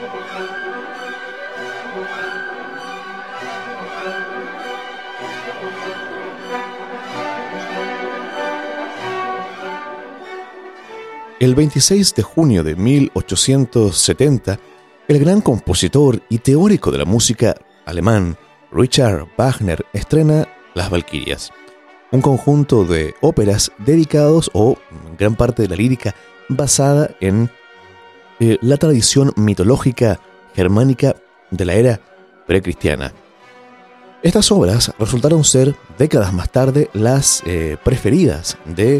El 26 de junio de 1870, el gran compositor y teórico de la música alemán Richard Wagner estrena Las Valquirias, un conjunto de óperas dedicados o gran parte de la lírica basada en la tradición mitológica germánica de la era precristiana. Estas obras resultaron ser décadas más tarde las preferidas de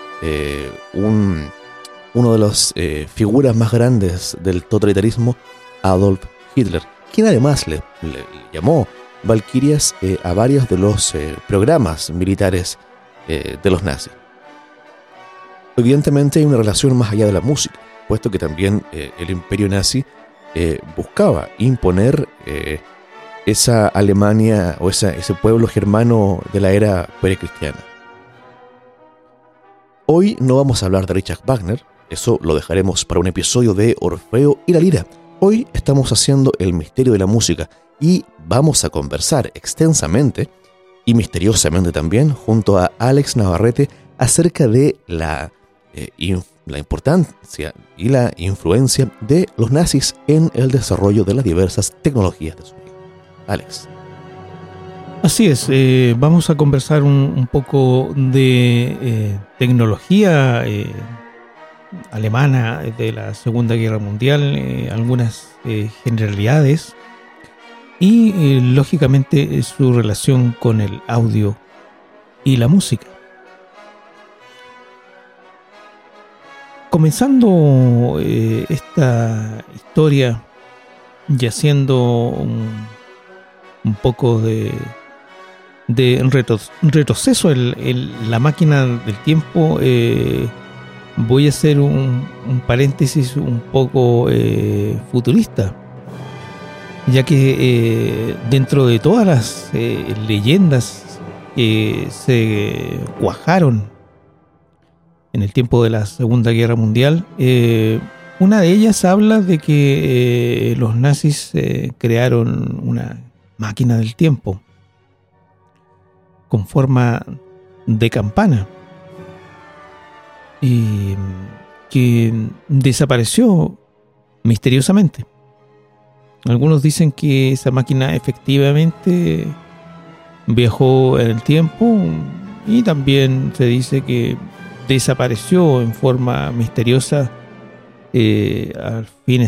uno de las figuras más grandes del totalitarismo, Adolf Hitler, quien además le llamó Valquirias a varios de los programas militares de los nazis. Evidentemente hay una relación más allá de la música, puesto que también el imperio nazi buscaba imponer esa Alemania o ese pueblo germano de la era precristiana. Hoy no vamos a hablar de Richard Wagner, eso lo dejaremos para un episodio de Orfeo y la Lira. Hoy estamos haciendo el misterio de la música y vamos a conversar extensamente y misteriosamente también junto a Alex Navarrete acerca de la importancia y la influencia de los nazis en el desarrollo de las diversas tecnologías de sonido. Alex. Así es, vamos a conversar un poco de tecnología alemana de la Segunda Guerra Mundial, algunas generalidades y lógicamente su relación con el audio y la música. Comenzando esta historia y haciendo un poco de retroceso en la máquina del tiempo, voy a hacer un paréntesis un poco futurista, ya que dentro de todas las leyendas que se cuajaron en el tiempo de la Segunda Guerra Mundial, una de ellas habla de que los nazis crearon una máquina del tiempo con forma de campana y que desapareció misteriosamente. Algunos dicen que esa máquina efectivamente viajó en el tiempo y también se dice que desapareció en forma misteriosa al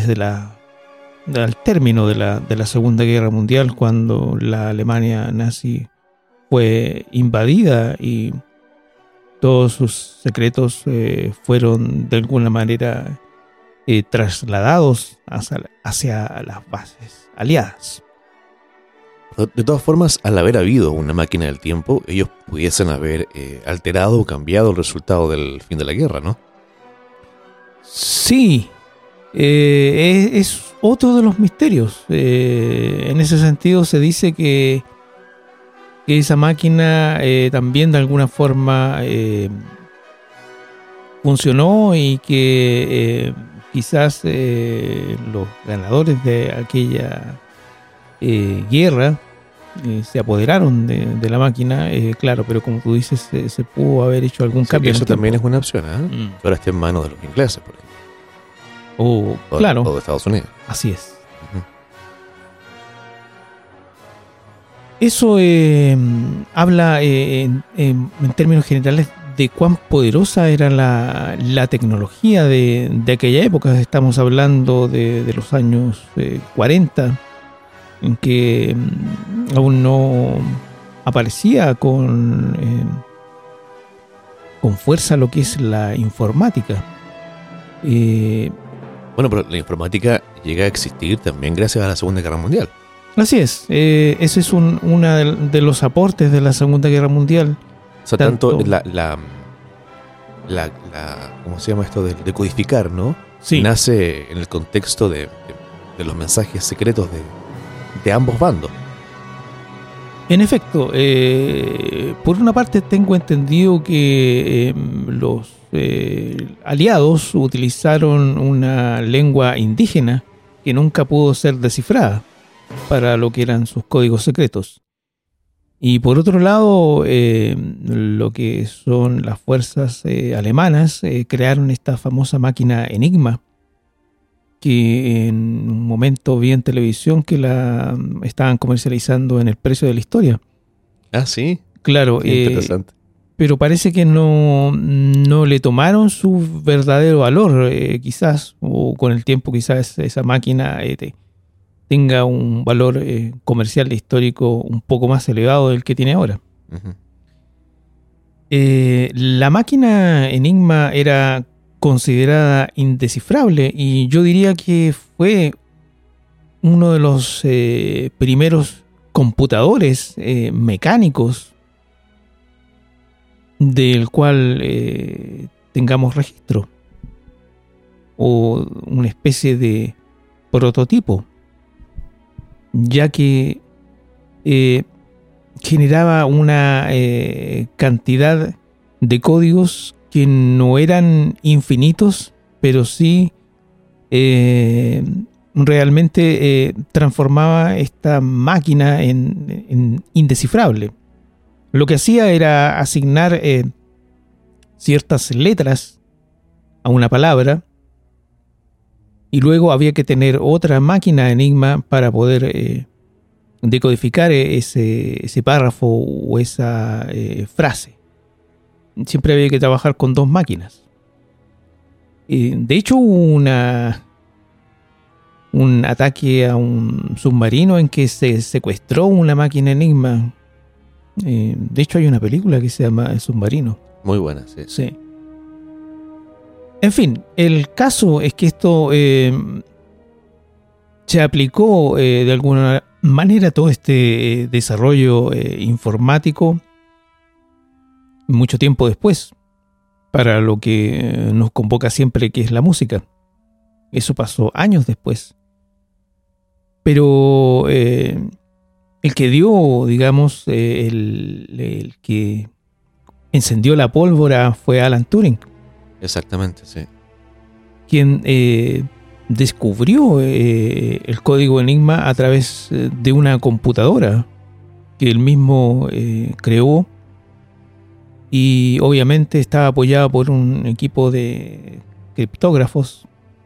término de la Segunda Guerra Mundial, cuando la Alemania nazi fue invadida y todos sus secretos fueron de alguna manera trasladados hacia las bases aliadas. De todas formas, al haber habido una máquina del tiempo, ellos pudiesen haber alterado o cambiado el resultado del fin de la guerra, ¿no? Sí, es otro de los misterios. En ese sentido se dice que esa máquina también de alguna forma funcionó y que quizás los ganadores de aquella guerra se apoderaron de la máquina, claro, pero como tú dices, se pudo haber hecho algún cambio. Eso también es una opción, ¿eh? Ahora está en manos de los ingleses, por ejemplo. Claro. O de Estados Unidos. Así es. Eso habla en términos generales de cuán poderosa era la tecnología de aquella época. Estamos hablando de los años 40, en que aún no aparecía con fuerza lo que es la informática. Bueno, pero la informática llega a existir también gracias a la Segunda Guerra Mundial. Así es, ese es uno de los aportes de la Segunda Guerra Mundial. O sea, tanto la ¿cómo se llama esto? De codificar, ¿no? Sí. Nace en el contexto de los mensajes secretos de ambos bandos. En efecto, por una parte tengo entendido que los aliados utilizaron una lengua indígena que nunca pudo ser descifrada para lo que eran sus códigos secretos. Y por otro lado, lo que son las fuerzas alemanas crearon esta famosa máquina Enigma, que en un momento vi en televisión que la estaban comercializando en el precio de la historia. Ah, sí. Claro. Qué interesante. Pero parece que no le tomaron su verdadero valor, quizás, o con el tiempo quizás esa máquina tenga un valor comercial e histórico un poco más elevado del que tiene ahora. Uh-huh. La máquina Enigma era considerada indescifrable y yo diría que fue uno de los primeros computadores mecánicos del cual tengamos registro, o una especie de prototipo, ya que generaba una cantidad de códigos que no eran infinitos, pero sí realmente transformaba esta máquina en indescifrable. Lo que hacía era asignar ciertas letras a una palabra y luego había que tener otra máquina Enigma para poder decodificar ese párrafo o esa frase. Siempre había que trabajar con dos máquinas. De hecho, hubo un ataque a un submarino en que se secuestró una máquina Enigma. De hecho, hay una película que se llama El Submarino. Muy buena, sí. Sí. En fin, el caso es que esto se aplicó de alguna manera todo este desarrollo informático mucho tiempo después para lo que nos convoca siempre, que es la música. Eso pasó años después. Pero el que dio, digamos, el que encendió la pólvora fue Alan Turing. Exactamente, sí. Quien descubrió el código Enigma a través de una computadora que él mismo creó, y obviamente estaba apoyado por un equipo de criptógrafos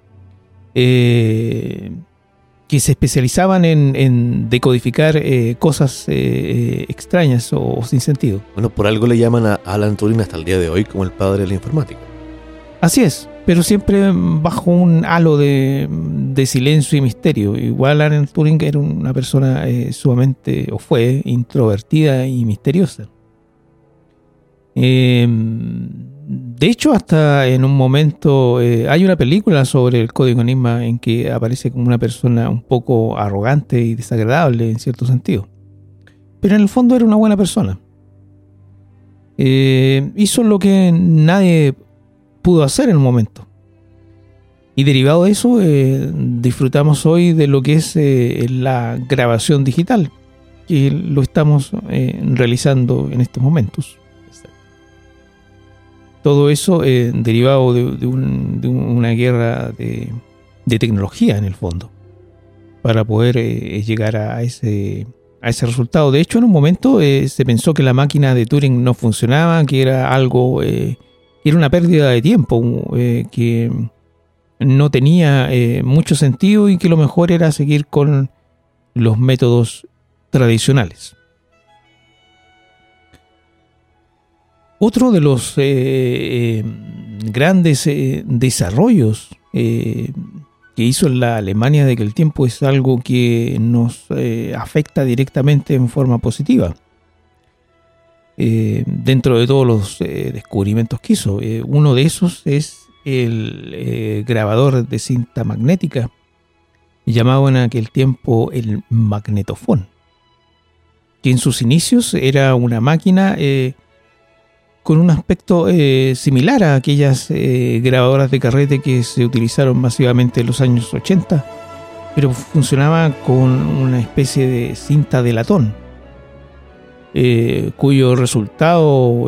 que se especializaban en decodificar cosas extrañas o sin sentido. Bueno, por algo le llaman a Alan Turing hasta el día de hoy como el padre de la informática. Así es, pero siempre bajo un halo de silencio y misterio. Igual Alan Turing era una persona sumamente, o fue, introvertida y misteriosa. De hecho, hasta en un momento hay una película sobre el código Enigma en que aparece como una persona un poco arrogante y desagradable en cierto sentido, pero en el fondo era una buena persona. Hizo lo que nadie pudo hacer en el momento, y derivado de eso disfrutamos hoy de lo que es la grabación digital, que lo estamos realizando en estos momentos. Todo eso derivado de una guerra de tecnología en el fondo, para poder llegar a ese resultado. De hecho, en un momento se pensó que la máquina de Turing no funcionaba, que era algo, era una pérdida de tiempo, que no tenía mucho sentido y que lo mejor era seguir con los métodos tradicionales. Otro de los grandes desarrollos que hizo la Alemania de aquel tiempo es algo que nos afecta directamente en forma positiva. Dentro de todos los descubrimientos que hizo, uno de esos es el grabador de cinta magnética, llamado en aquel tiempo el magnetofón, que en sus inicios era una máquina con un aspecto similar a aquellas grabadoras de carrete que se utilizaron masivamente en los años 80, pero funcionaba con una especie de cinta de latón, cuyo resultado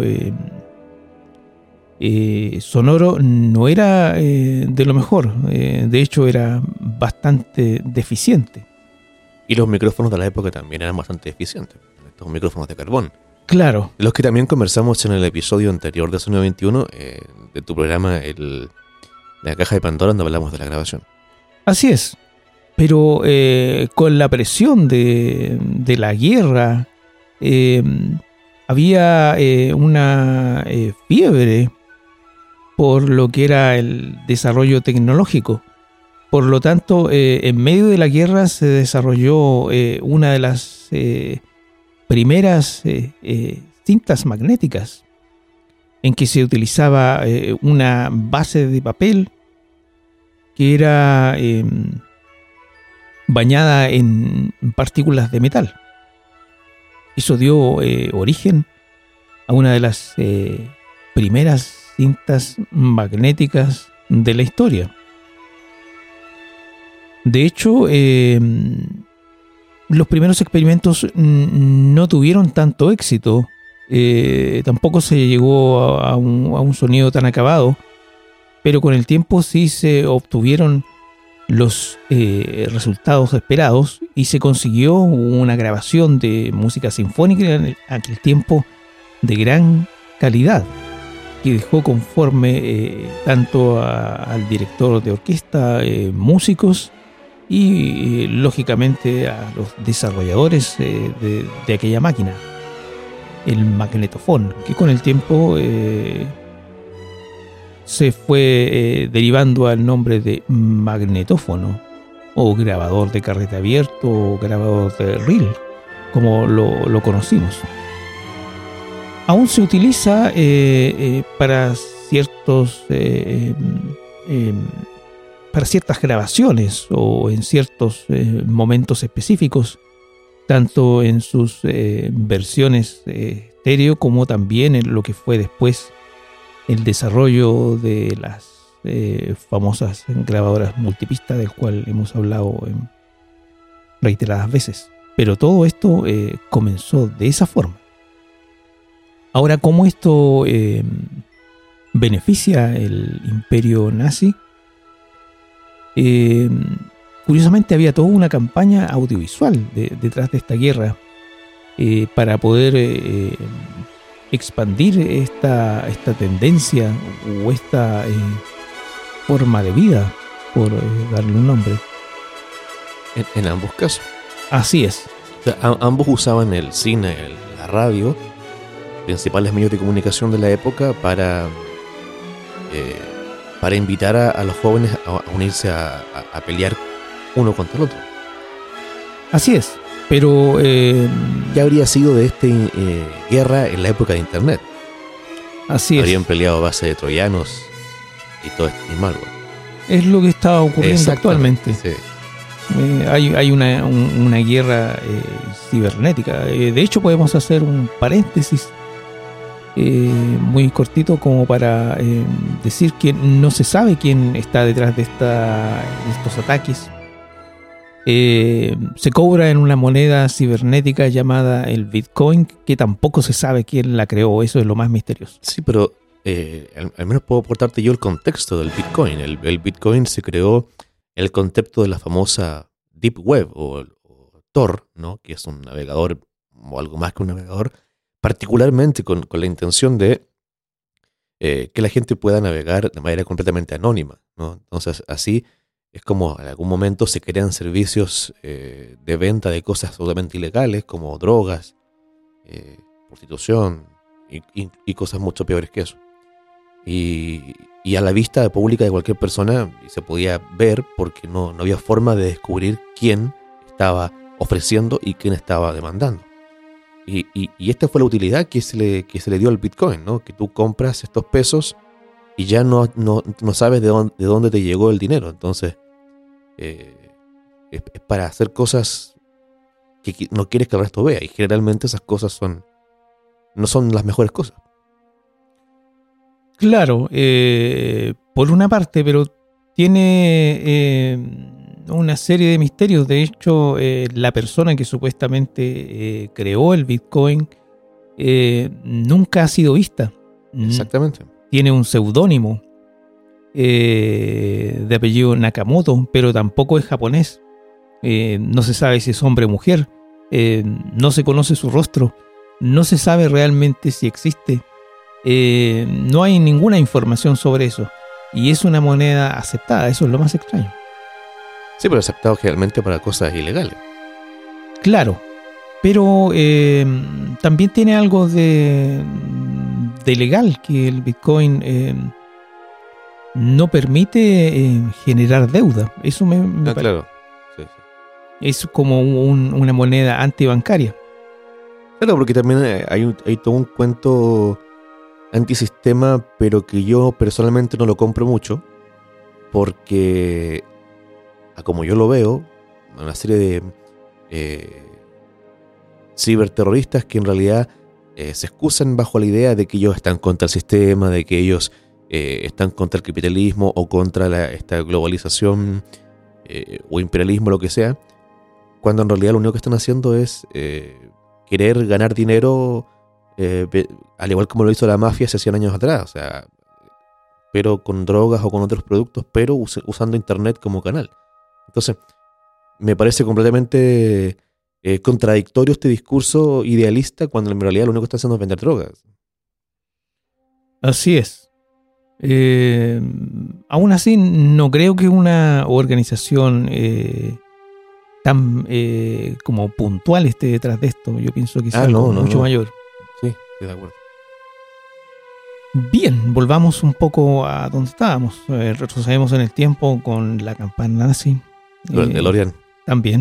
sonoro no era de lo mejor. De hecho, era bastante deficiente. Y los micrófonos de la época también eran bastante eficientes. Estos micrófonos de carbón. Claro. Los que también conversamos en el episodio anterior de Sonido 21, de tu programa, la caja de Pandora, donde hablamos de la grabación. Así es. Pero con la presión de la guerra, había una fiebre por lo que era el desarrollo tecnológico. Por lo tanto, en medio de la guerra se desarrolló una de las primeras cintas magnéticas, en que se utilizaba una base de papel que era bañada en partículas de metal. Eso dio origen a una de las primeras cintas magnéticas de la historia. De hecho, los primeros experimentos no tuvieron tanto éxito. Tampoco se llegó a un sonido tan acabado, pero con el tiempo sí se obtuvieron los resultados esperados y se consiguió una grabación de música sinfónica en aquel tiempo de gran calidad, que dejó conforme tanto al director de orquesta, músicos y lógicamente a los desarrolladores de aquella máquina, el magnetofón, que con el tiempo se fue derivando al nombre de magnetófono, o grabador de carrete abierto, o grabador de reel, como lo conocimos. Aún se utiliza para ciertos para ciertas grabaciones o en ciertos momentos específicos, tanto en sus versiones estéreo como también en lo que fue después el desarrollo de las famosas grabadoras multipista, del cual hemos hablado en reiteradas veces. Pero todo esto comenzó de esa forma. Ahora, ¿cómo esto beneficia el imperio nazi? Curiosamente había toda una campaña audiovisual detrás de esta guerra para poder expandir esta tendencia o esta forma de vida, por darle un nombre. En ambos casos. Así es. O sea, ambos usaban el cine, la radio, principales medios de comunicación de la época, para invitar a los jóvenes a unirse a pelear uno contra el otro. Así es, pero ya habría sido de guerra en la época de Internet. Así habrían peleado a base de troyanos y todo este malware. Es lo que está ocurriendo actualmente. Sí. Hay una guerra cibernética. De hecho, podemos hacer un paréntesis muy cortito como para decir que no se sabe quién está detrás de estos ataques. Se cobra en una moneda cibernética llamada el Bitcoin, que tampoco se sabe quién la creó. Eso es lo más misterioso. Sí, pero al menos puedo aportarte yo el contexto del Bitcoin. El Bitcoin se creó en el contexto de la famosa Deep Web o Tor, ¿no? Que es un navegador o algo más que un navegador, particularmente con la intención de que la gente pueda navegar de manera completamente anónima, ¿no? Entonces, así es como en algún momento se crean servicios de venta de cosas absolutamente ilegales, como drogas, prostitución y cosas mucho peores que eso. Y a la vista pública de cualquier persona se podía ver, porque no había forma de descubrir quién estaba ofreciendo y quién estaba demandando. Y esta fue la utilidad que se le dio al Bitcoin, ¿no? Que tú compras estos pesos y ya no sabes de dónde te llegó el dinero. Entonces, es para hacer cosas que no quieres que el resto vea. Y generalmente esas cosas no son las mejores cosas. Claro, por una parte, pero tiene una serie de misterios. De hecho, la persona que supuestamente creó el Bitcoin nunca ha sido vista. Exactamente. Tiene un seudónimo. de apellido Nakamoto, pero tampoco es japonés. No se sabe si es hombre o mujer. No se conoce su rostro. No se sabe realmente si existe. No hay ninguna información sobre eso. Y es una moneda aceptada. Eso es lo más extraño. Sí, pero aceptado generalmente para cosas ilegales. Claro, pero también tiene algo de legal, que el Bitcoin no permite generar deuda. Eso me parece. Claro. Sí, sí. Es como una moneda antibancaria. Claro, porque también hay todo un cuento antisistema, pero que yo personalmente no lo compro mucho, porque, como yo lo veo, una serie de ciberterroristas que en realidad se excusan bajo la idea de que ellos están contra el sistema, de que ellos están contra el capitalismo o contra esta globalización o imperialismo, lo que sea, cuando en realidad lo único que están haciendo es querer ganar dinero, al igual como lo hizo la mafia hace 100 años atrás, o sea, pero con drogas o con otros productos, pero usando internet como canal. Entonces, me parece completamente contradictorio este discurso idealista cuando en realidad lo único que está haciendo es vender drogas. Así es. Aún así, no creo que una organización tan como puntual esté detrás de esto. Yo pienso que es algo mucho mayor. Sí, estoy de acuerdo. Bien, volvamos un poco a donde estábamos. Retrocedemos en el tiempo con la campana nazi. El DeLorean. También.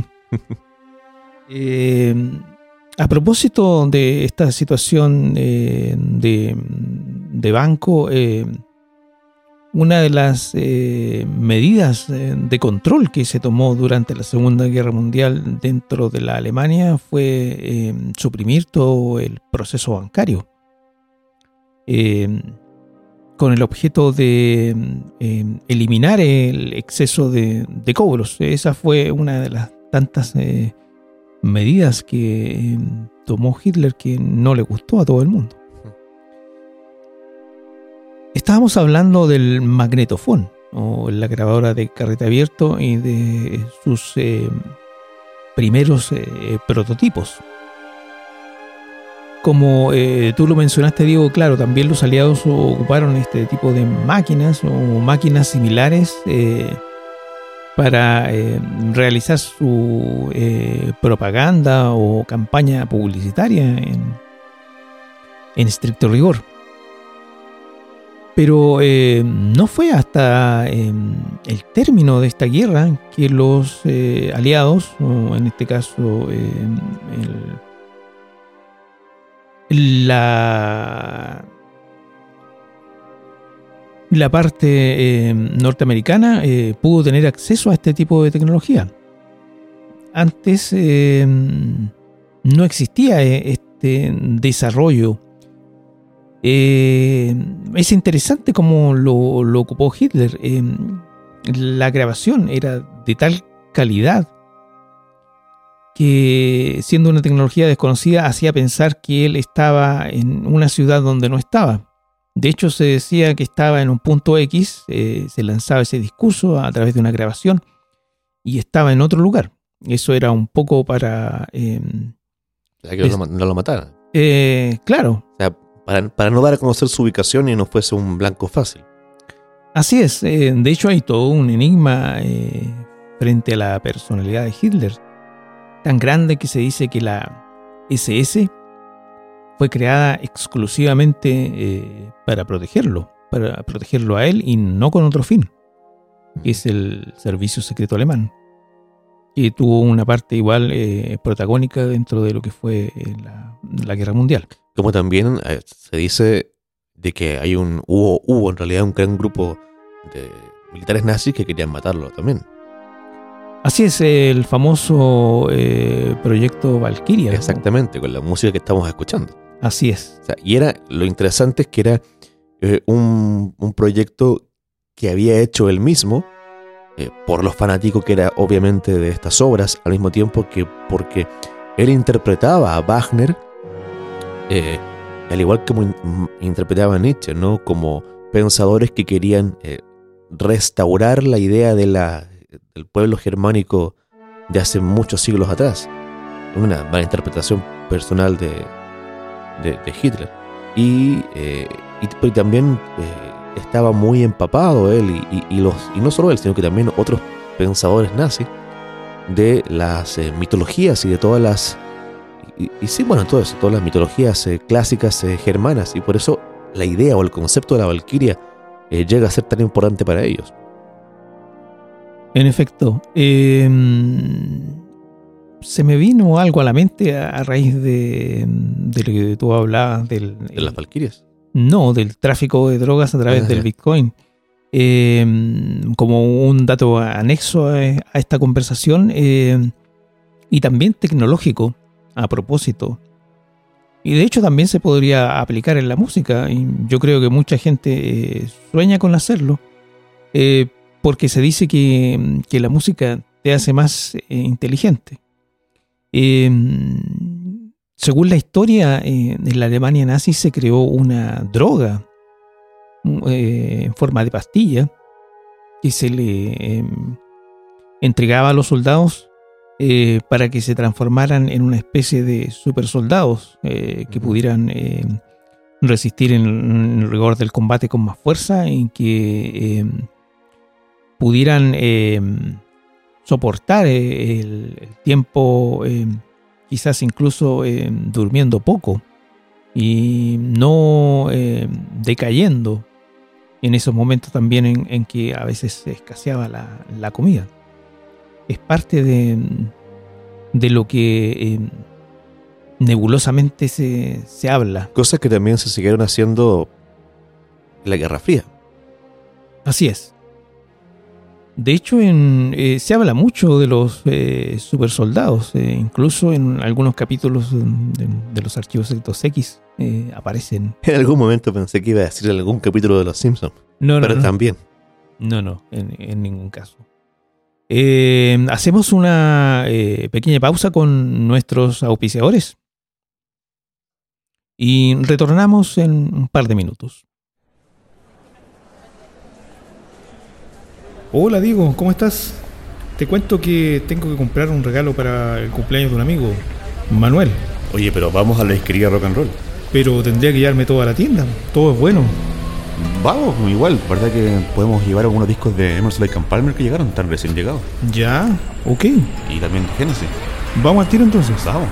A propósito de esta situación de banco, una de las medidas de control que se tomó durante la Segunda Guerra Mundial dentro de la Alemania fue suprimir todo el proceso bancario, con el objeto de eliminar el exceso de cobros. Esa fue una de las tantas medidas que tomó Hitler, que no le gustó a todo el mundo. Estábamos hablando del magnetofón, o la grabadora de carrete abierto, y de sus primeros prototipos. Como tú lo mencionaste, Diego, claro, también los aliados ocuparon este tipo de máquinas o máquinas similares para realizar su propaganda o campaña publicitaria en estricto rigor. Pero no fue hasta el término de esta guerra que los aliados, o en este caso la parte norteamericana pudo tener acceso a este tipo de tecnología. Antes no existía este desarrollo. Es interesante cómo lo ocupó Hitler. La grabación era de tal calidad que, siendo una tecnología desconocida, hacía pensar que él estaba en una ciudad donde no estaba. De hecho, se decía que estaba en un punto X, se lanzaba ese discurso a través de una grabación y estaba en otro lugar. Eso era un poco para... que no lo mataran. Claro. O sea, para no dar a conocer su ubicación y no fuese un blanco fácil. Así es. De hecho, hay todo un enigma frente a la personalidad de Hitler, tan grande que se dice que la SS fue creada exclusivamente para protegerlo a él y no con otro fin, que es el servicio secreto alemán, que tuvo una parte igual protagónica dentro de lo que fue la Guerra Mundial. Como también se dice de que hubo en realidad un gran grupo de militares nazis que querían matarlo también. Así es, el famoso proyecto Valkyria. Exactamente, con la música que estamos escuchando. Así es. O sea, y lo interesante es que era un proyecto que había hecho él mismo, por los fanáticos que era obviamente de estas obras, al mismo tiempo que porque él interpretaba a Wagner, al igual que interpretaba a Nietzsche, ¿no? Como pensadores que querían restaurar la idea del pueblo germánico de hace muchos siglos atrás. Una mala interpretación personal de Hitler. Y también estaba muy empapado él y no solo él, sino que también otros pensadores nazis de las mitologías y de todas las todo eso, todas las mitologías clásicas germanas, y por eso la idea o el concepto de la valquiria llega a ser tan importante para ellos. En efecto, se me vino algo a la mente a raíz de lo que tú hablabas ¿De las valquirias? No, del tráfico de drogas a través del Bitcoin. Como un dato anexo a esta conversación, y también tecnológico, a propósito. Y de hecho también se podría aplicar en la música. Y yo creo que mucha gente sueña con hacerlo, porque se dice que la música te hace más inteligente. Según la historia, en la Alemania nazi se creó una droga en forma de pastilla que se le entregaba a los soldados para que se transformaran en una especie de super soldados que pudieran resistir en el rigor del combate con más fuerza, y que pudieran soportar el tiempo, quizás incluso durmiendo poco y no decayendo en esos momentos también en que a veces se escaseaba la comida. Es parte de lo que nebulosamente se habla. Cosas que también se siguieron haciendo en la Guerra Fría. Así es. De hecho, se habla mucho de los supersoldados, incluso en algunos capítulos de los archivos secretos X aparecen. En algún momento pensé que iba a decir algún capítulo de Los Simpsons, pero no. También. No, en ningún caso. Hacemos una pequeña pausa con nuestros auspiciadores y retornamos en un par de minutos. Hola Diego, ¿cómo estás? Te cuento que tengo que comprar un regalo para el cumpleaños de un amigo, Manuel. Oye, pero vamos a la disquería Rock and Roll. Pero tendría que llevarme todo a la tienda, todo es bueno. Vamos, igual, ¿verdad que podemos llevar algunos discos de Emerson, Lake and Palmer que llegaron, están recién llegados? Ya, ok. Y también Genesis. Vamos al tiro entonces. Vamos.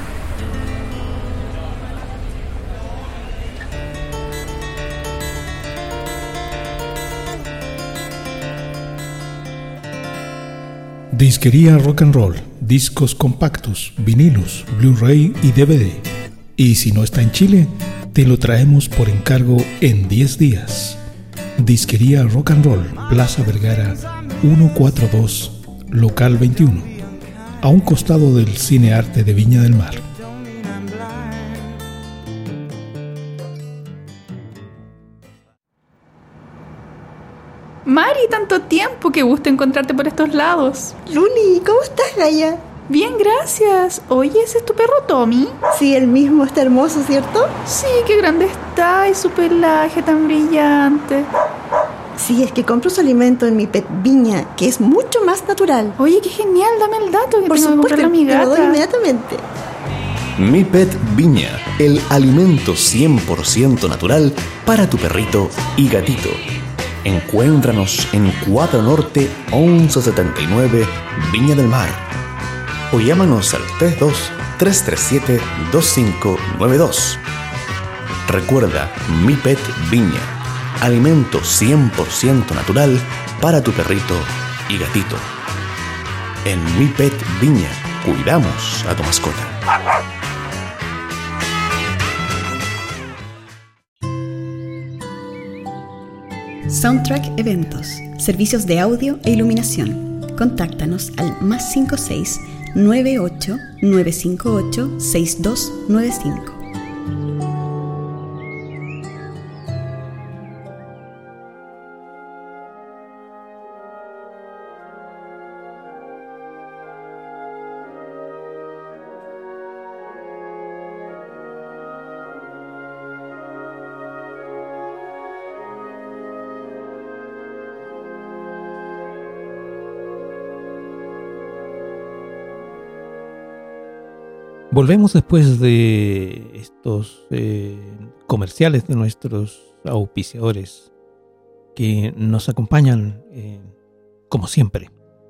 Disquería Rock and Roll, discos compactos, vinilos, Blu-ray y DVD. Y si no está en Chile, te lo traemos por encargo en 10 días. Disquería Rock and Roll, Plaza Vergara 142, local 21, a un costado del Cine Arte de Viña del Mar. Mari, tanto tiempo, qué gusto encontrarte por estos lados. Luli, ¿cómo estás, Gaya? Bien, gracias. Oye, ¿ese es tu perro Tommy? Sí, el mismo, está hermoso, ¿cierto? Sí, qué grande está y su pelaje tan brillante. Sí, es que compro su alimento en Mi Pet Viña, que es mucho más natural. Oye, qué genial, dame el dato que por tengo supuesto, que comprarle a mi te lo doy gata. inmediatamente. Mi Pet Viña, el alimento 100% natural para tu perrito y gatito. Encuéntranos en 4 Norte 1179 Viña del Mar, o llámanos al 32-337-2592. Recuerda, Mi Pet Viña, alimento 100% natural para tu perrito y gatito. En Mi Pet Viña cuidamos a tu mascota. Soundtrack Eventos, servicios de audio e iluminación. Contáctanos al +56 98 958 6295. Volvemos después de estos comerciales de nuestros auspiciadores que nos acompañan como siempre.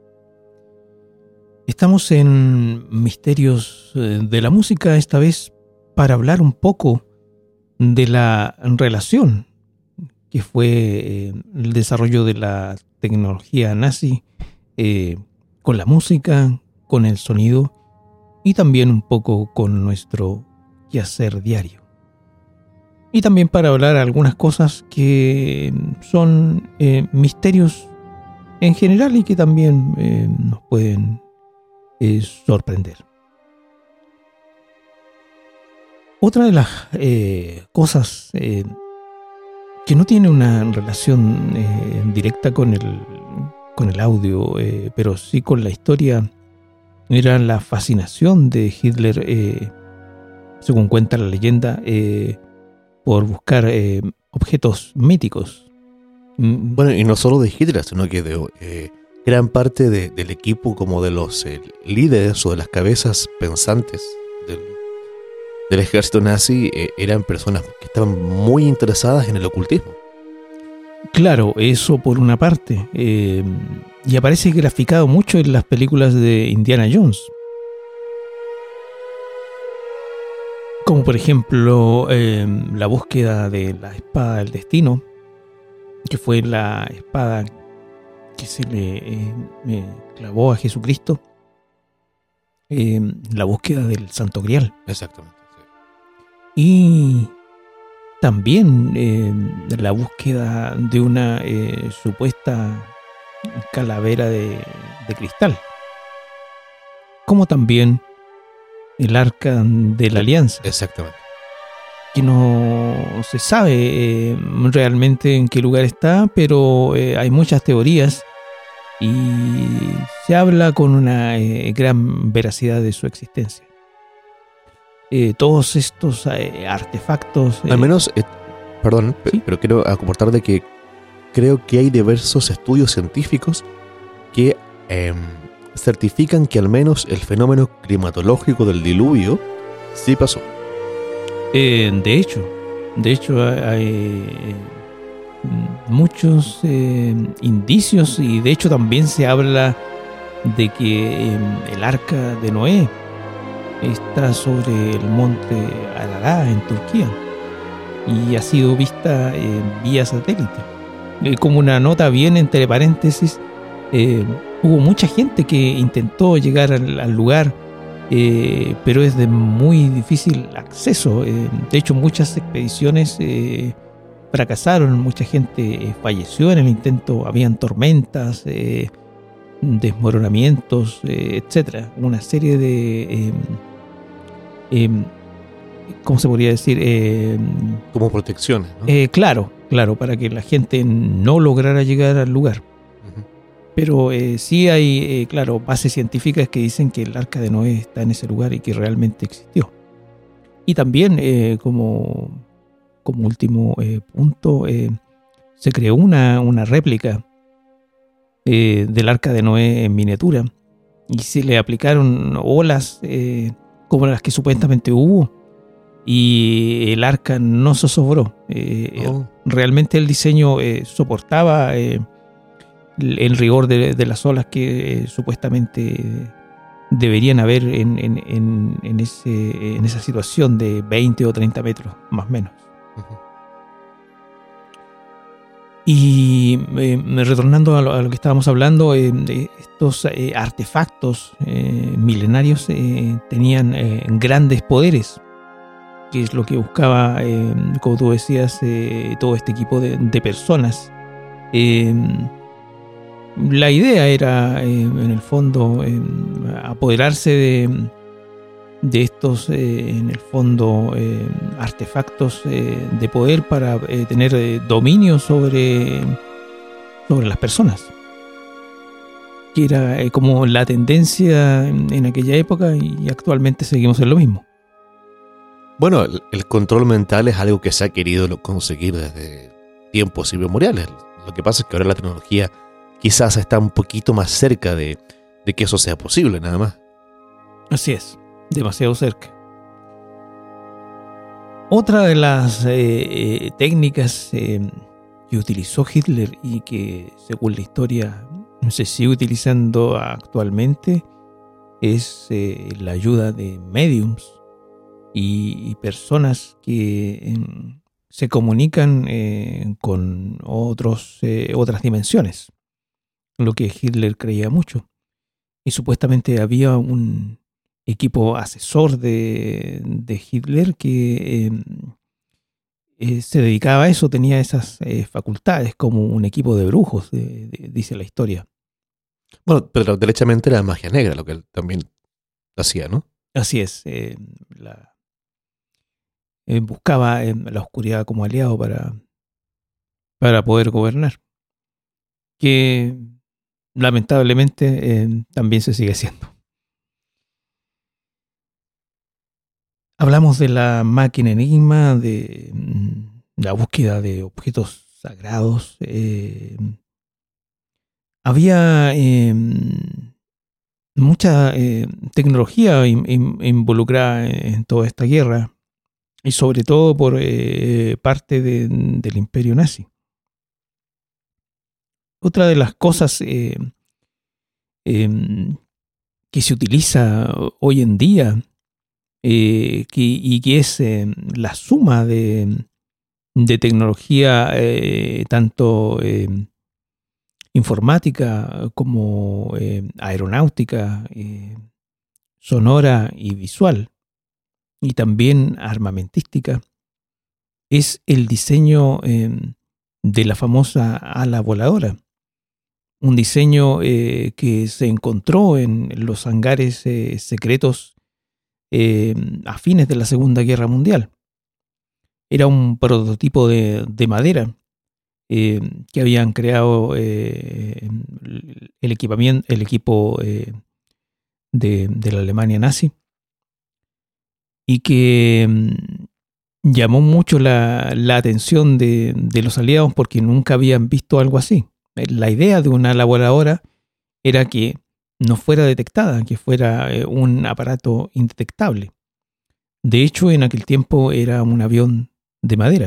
Estamos en Misterios de la Música, esta vez para hablar un poco de la relación que fue el desarrollo de la tecnología nazi con la música, con el sonido y también un poco con nuestro quehacer diario. Y también para hablar algunas cosas que son misterios en general y que también nos pueden sorprender. Otra de las cosas que no tiene una relación directa con el audio, pero sí con la historia, era la fascinación de Hitler, según cuenta la leyenda, por buscar objetos míticos. Bueno, y no solo de Hitler, sino que de gran parte del equipo, como de los líderes o de las cabezas pensantes del ejército nazi, eran personas que estaban muy interesadas en el ocultismo. Claro, eso por una parte. Y aparece graficado mucho en las películas de Indiana Jones. Como por ejemplo la búsqueda de la espada del destino, que fue la espada que se le clavó a Jesucristo. La búsqueda del Santo Grial. Exactamente. Sí. Y también la búsqueda de una supuesta calavera de cristal, como también el Arca de la Alianza. Exactamente. Que no se sabe realmente en qué lugar está, pero hay muchas teorías y se habla con una gran veracidad de su existencia. Todos estos artefactos... Al menos, perdón, ¿sí? Pero quiero aportar de que creo que hay diversos estudios científicos que certifican que al menos el fenómeno climatológico del diluvio sí pasó. De hecho hay muchos indicios, y de hecho también se habla de que el Arca de Noé está sobre el monte Ararat en Turquía y ha sido vista vía satélite. Como una nota bien entre paréntesis, hubo mucha gente que intentó llegar al lugar, pero es de muy difícil acceso. De hecho, muchas expediciones fracasaron, mucha gente falleció en el intento, habían tormentas, desmoronamientos, etcétera. Una serie de ¿cómo se podría decir? Como protecciones, ¿no? Claro, para que la gente no lograra llegar al lugar. Pero sí hay, claro, bases científicas que dicen que el Arca de Noé está en ese lugar y que realmente existió. Y también, como último punto, se creó una réplica del Arca de Noé en miniatura y se le aplicaron olas como las que supuestamente hubo, y el arca no se zozobró. Realmente el diseño soportaba el rigor de las olas que supuestamente deberían haber en esa situación de 20 o 30 metros, más o menos. Y retornando a lo que estábamos hablando, estos artefactos milenarios tenían grandes poderes, que es lo que buscaba, como tú decías, todo este equipo de personas. La idea era, en el fondo, apoderarse de estos, en el fondo, artefactos de poder para tener dominio sobre las personas, que era como la tendencia en aquella época, y actualmente seguimos en lo mismo. Bueno, el control mental es algo que se ha querido conseguir desde tiempos inmemoriales. Lo que pasa es que ahora la tecnología quizás está un poquito más cerca de que eso sea posible, nada más. Así es, demasiado cerca. Otra de las técnicas que utilizó Hitler y que, según la historia, se sigue utilizando actualmente es la ayuda de mediums y personas que se comunican con otras dimensiones, lo que Hitler creía mucho. Y supuestamente había un equipo asesor de Hitler que se dedicaba a eso, tenía esas facultades como un equipo de brujos, dice la historia. Bueno, pero derechamente era magia negra lo que él también hacía, ¿no? Así es, buscaba la oscuridad como aliado para poder gobernar, que lamentablemente también se sigue haciendo. Hablamos de la máquina Enigma, de la búsqueda de objetos sagrados. Había mucha tecnología involucrada en toda esta guerra, y sobre todo por parte del imperio nazi. Otra de las cosas que se utiliza hoy en día y que es la suma de tecnología tanto informática como aeronáutica, sonora y visual, y también armamentística, es el diseño de la famosa ala voladora. Un diseño que se encontró en los hangares secretos a fines de la Segunda Guerra Mundial. Era un prototipo de madera que habían creado el equipo de la Alemania nazi, y que llamó mucho la atención de los aliados porque nunca habían visto algo así. La idea de una ala voladora era que no fuera detectada, que fuera un aparato indetectable. De hecho, en aquel tiempo era un avión de madera.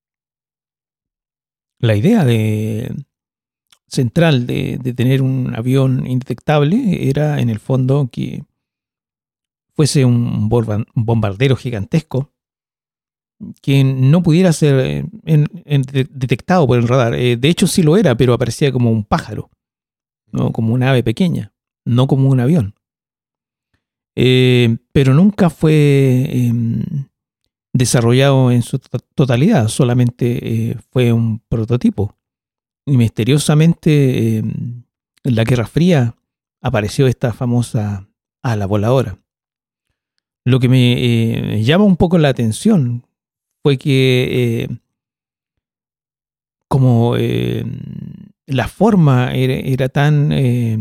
La idea central de tener un avión indetectable era, en el fondo, que fuese un bombardero gigantesco que no pudiera ser detectado por el radar. De hecho, sí lo era, pero aparecía como un pájaro, ¿no? Como una ave pequeña, no como un avión. Pero nunca fue desarrollado en su totalidad, solamente fue un prototipo. Y misteriosamente, en la Guerra Fría apareció esta famosa ala voladora. Lo que me llama un poco la atención fue que como la forma era tan,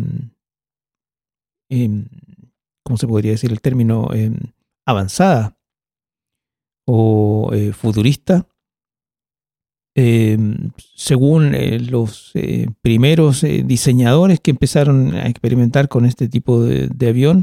¿cómo se podría decir el término? Avanzada o futurista, según los primeros diseñadores que empezaron a experimentar con este tipo de avión,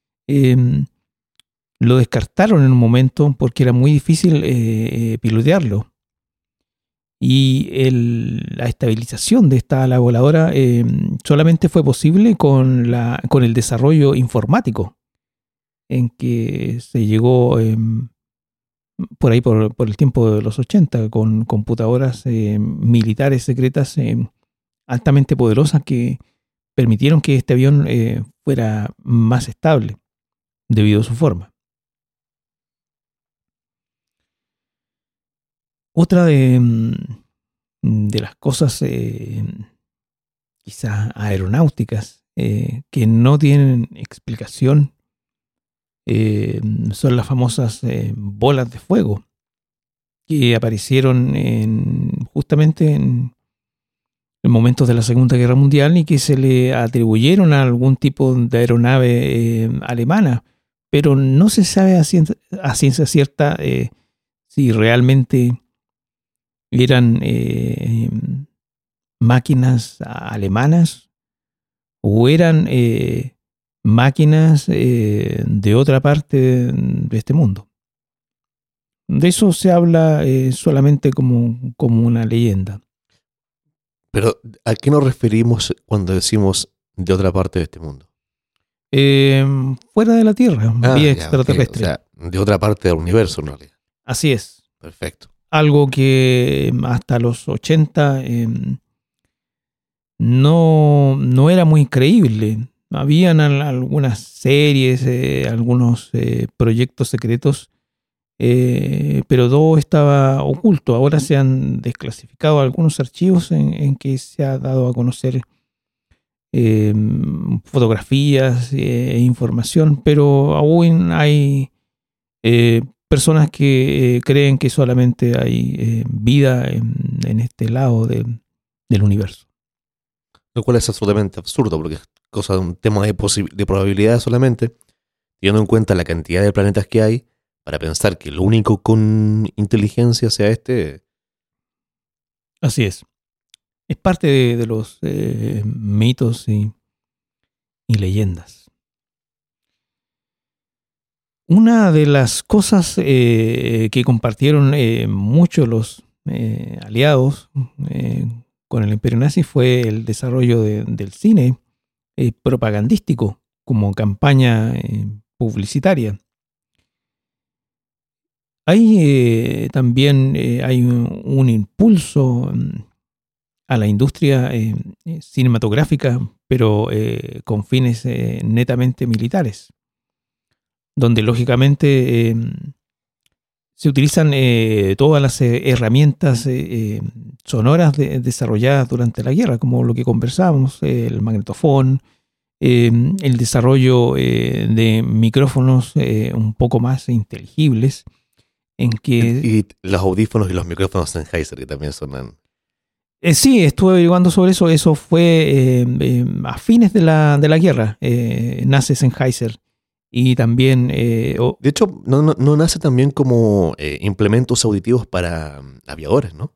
lo descartaron en un momento porque era muy difícil pilotearlo. Y la estabilización de esta ala voladora solamente fue posible con el desarrollo informático, en que se llegó por ahí por el tiempo de los 80, con computadoras militares secretas altamente poderosas que permitieron que este avión fuera más estable debido a su forma. Otra de las cosas quizás aeronáuticas que no tienen explicación son las famosas bolas de fuego que aparecieron justamente en momentos de la Segunda Guerra Mundial y que se le atribuyeron a algún tipo de aeronave alemana, pero no se sabe a ciencia cierta si realmente eran máquinas alemanas o eran máquinas de otra parte de este mundo. De eso se habla solamente como una leyenda. Pero, ¿a qué nos referimos cuando decimos de otra parte de este mundo? Fuera de la Tierra, vía ya, extraterrestre. ok. O sea, de otra parte del universo, en realidad. Así es. Perfecto. Algo que hasta los 80 no era muy creíble. Habían algunas series, algunos proyectos secretos, pero todo estaba oculto. Ahora se han desclasificado algunos archivos en que se ha dado a conocer fotografías e información, pero aún hay personas que creen que solamente hay vida en este lado del universo. Lo cual es absolutamente absurdo, porque es cosa de un tema de probabilidad solamente, teniendo en cuenta la cantidad de planetas que hay, para pensar que lo único con inteligencia sea este. Así es. Es parte de los mitos y leyendas. Una de las cosas que compartieron muchos los aliados con el Imperio Nazi fue el desarrollo del cine propagandístico como campaña publicitaria. Hay también hay un impulso a la industria cinematográfica, pero con fines netamente militares, donde lógicamente se utilizan todas las herramientas sonoras desarrolladas durante la guerra, como lo que conversábamos, el magnetofón, el desarrollo de micrófonos un poco más inteligibles, en que... Y los audífonos y los micrófonos Sennheiser, que también sonan. Sí, estuve averiguando sobre eso. Eso fue a fines de la guerra. Nace Sennheiser. Y también... De hecho, no nace también como implementos auditivos para aviadores, ¿no?